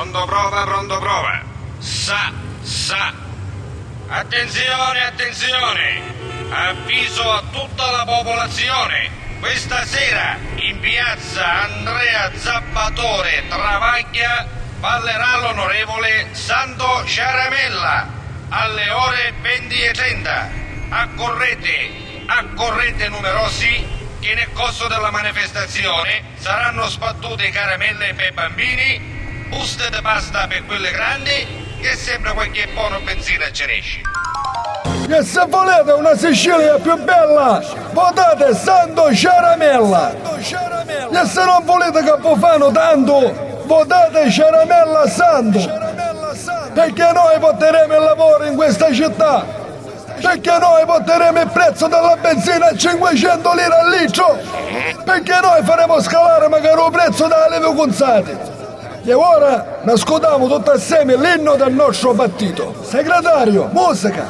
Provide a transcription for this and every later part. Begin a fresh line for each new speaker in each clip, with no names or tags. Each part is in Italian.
Pronto prova. Sa. Attenzione. Avviso a tutta la popolazione. Questa sera in piazza Andrea Zappatore Travaglia ballerà l'onorevole Sando Sciaramella alle ore 20:30. Accorrete numerosi, che nel corso della manifestazione saranno sbattute caramelle per bambini, buste di pasta per quelle grandi e sempre qualche buono benzina ce n'esce.
E se volete una Sicilia più bella, votate Sando Sciaramella. E se non volete Capofano tanto, votate Sciaramella Sando. Perché noi porteremo il lavoro in questa città. Perché noi porteremo il prezzo della benzina a 500 lire al litro. Perché noi faremo scalare magari il prezzo della Leve Gonzati. E ora ascoltiamo tutti assieme l'inno del nostro partito. Segretario, musica!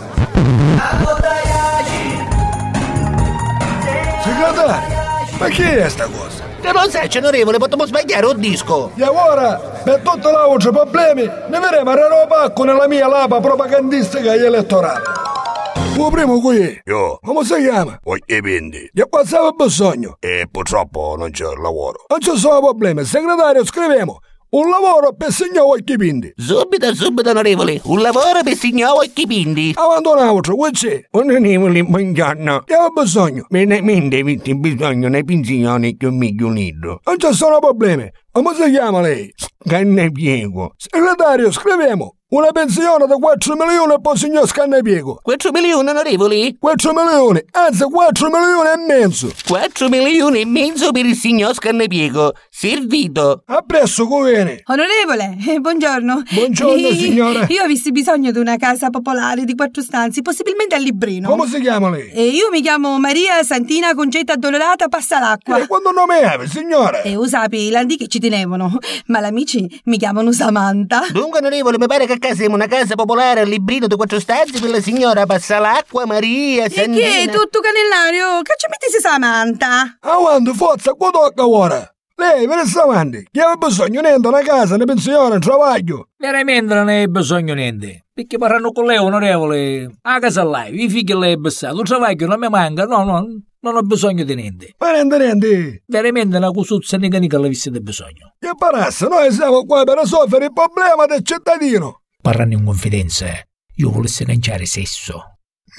Segretario, ma che è sta cosa?
Te lo sai, onorevole, potremmo sbagliare un disco.
E ora, per tutti gli altri problemi, ne vedremo a Raropacco nella mia lapa propagandistica e elettorale. Il primo qui,
Io,
come si chiama?
dipende.
E qua stava bisogno.
E purtroppo non c'è lavoro.
Non ci sono problemi, segretario, scriviamo un lavoro per signor Occhipindi.
Subito, onorevole. Un lavoro per signor Occhipindi.
Avanti un altro, che c'è?
Onorevole, buongiorno.
Che ha bisogno?
Veramente avete bisogno di pensione che un migliolino.
Non ci sono problemi. Come si chiama lei?
Scannapiego.
Segretario, scriviamo una pensione di 4 milioni per signor Scannapiego.
4 milioni, onorevoli?
4 milioni, anzi 4 milioni e mezzo.
4 milioni e mezzo per il signor Scannapiego. Servito.
Appresso, Covene.
Onorevole, buongiorno.
Buongiorno, signora.
Io avessi bisogno di una casa popolare di 4 stanze, possibilmente a Librino.
Come si chiama lei?
Io mi chiamo Maria Santina Concetta Addolorata Passalacqua.
E quando nome è, signora?
E usapi l'andi che ci tenevano, ma gli amici mi chiamano Samantha.
Dunque, onorevole, mi pare che a casa siamo una casa popolare a Librino di 4 stanze per la signora Passalacqua Maria Santina.
E che, tutto canellario? Che ci metti Samantha?
Avanti, forza, qua tocca ora. Lei, me ne sta avanti. Chi aveva bisogno niente, una casa, una pensione, un travaglio.
Veramente non hai bisogno niente. Perché parlano con lei, onorevole, a casa là, i figli lei è passato, il travaglio non mi manca, no, non ho bisogno di niente.
Ma niente.
Veramente una cosuzza che l'avessi di bisogno.
Che parasse, noi siamo qua per risolvere il problema del cittadino.
Parlando in confidenza, io volessi lanciare sesso.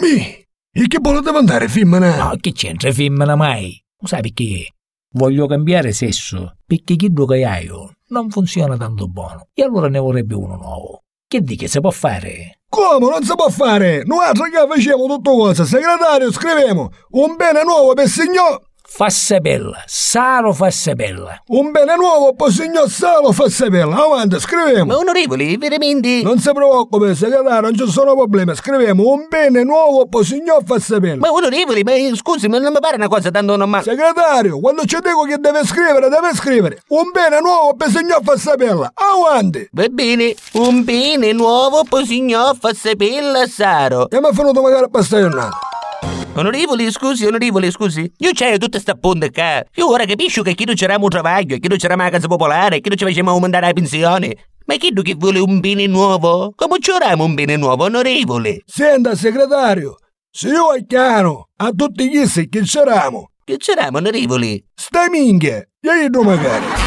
E che volete andare, femmina?
No, che c'entra femmina mai? Lo sai perché? Voglio cambiare sesso, perché quello che ho non funziona tanto buono. E allora ne vorrebbe uno nuovo. Che dici, si può fare?
Come non si può fare? Noi altri che facciamo tutto cosa. Segretario, scriviamo un bene nuovo per signor
Fassabella, Salo Fassabella.
Un bene nuovo per signor Salo Fassabella. Avanti, scriviamo.
Ma onorevoli, veramente?
Non si preoccupi, segretario, non ci sono problemi. Scriviamo un bene nuovo per signor Fassabella.
Ma onorevoli, ma scusi, ma non mi pare una cosa tanto normale.
Segretario, quando ci dico che deve scrivere un bene nuovo per signor Fassabella. Avanti.
Va bene, un bene nuovo per signor Fassabella Saro.
E mi è venuto magari a passare.
Onorevoli, scusi. Io c'ho tutta sta ponte qua. Io ora capisco che chi non c'era un travaglio, chi non c'era una casa popolare, chi non ci facciamo mandare la pensione. Ma chi che vuole un bene nuovo? Come c'eramo un bene nuovo, onorevole?
Senta, segretario, se io è chiaro a tutti gli che c'eramo.
Che c'eramo, onorevoli?
Stai minchia, io magari.